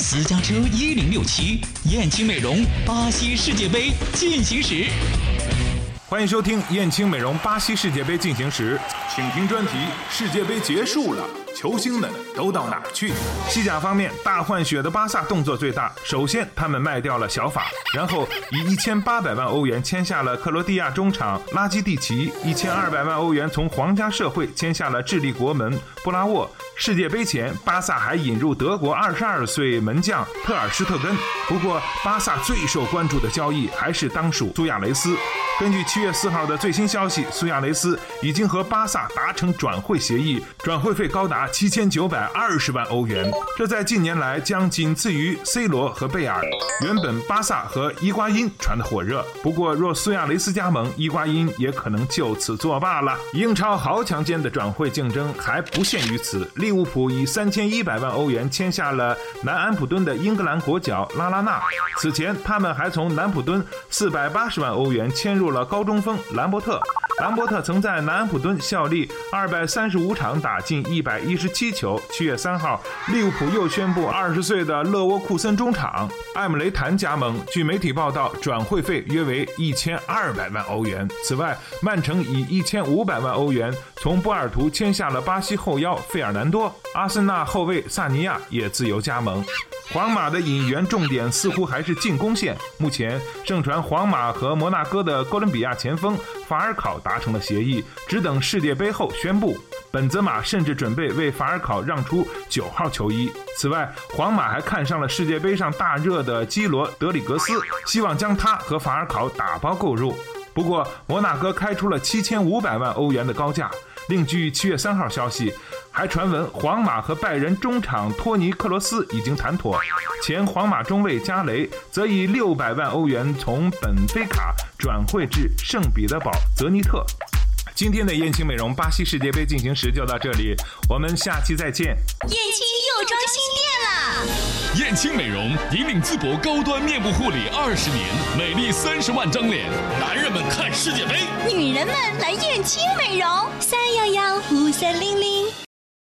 私家车1067，燕青美容巴西世界杯进行时。 欢迎收听燕青美容巴西世界杯进行时，请听专题：世界杯结束了，球星们都到哪儿去？西甲方面，大换血的巴萨动作最大。首先，他们卖掉了小法，然后以1800万欧元签下了克罗地亚中场拉基蒂奇，1200万欧元从皇家社会签下了智利国门布拉沃。世界杯前，巴萨还引入德国22岁门将特尔施特根。不过，巴萨最受关注的交易还是当属苏亚雷斯。根据7月4号的最新消息，苏亚雷斯已经和巴萨达成转会协议，转会费高达7920万欧元，这在近年来将仅次于 C 罗和贝尔。原本巴萨和伊瓜因传得火热，不过若苏亚雷斯加盟，伊瓜因也可能就此作罢了。英超豪强间的转会竞争还不限于此，利物浦以3100万欧元签下了南安普敦的英格兰国脚拉拉纳。此前他们还从南普敦480万欧元签入了高中锋兰伯特。兰伯特曾在南安普敦效力235场，打进117球。7月3号，利物浦又宣布20岁的勒沃库森中场艾姆雷坦加盟。据媒体报道，转会费约为1200万欧元。此外，曼城以1500万欧元从波尔图签下了巴西后腰费尔南多。阿森纳后卫萨尼亚也自由加盟。皇马的引援重点似乎还是进攻线，目前盛传皇马和摩纳哥的哥伦比亚前锋法尔考达成了协议，只等世界杯后宣布。本泽马甚至准备为法尔考让出9号球衣。此外，皇马还看上了世界杯上大热的基罗德里格斯，希望将他和法尔考打包购入。不过，摩纳哥开出了7500万欧元的高价。另据7月3号消息，还传闻皇马和拜仁中场托尼克罗斯已经谈妥，前皇马中卫加雷则以600万欧元从本菲卡转会至圣彼得堡泽尼特。今天的燕青美容巴西世界杯进行时就到这里，我们下期再见。 燕青又装新店啦！ 燕青美容引领淄博高端面部护理20年，美丽30万张脸。男人们看世界杯， 女人们来燕青美容，3115300。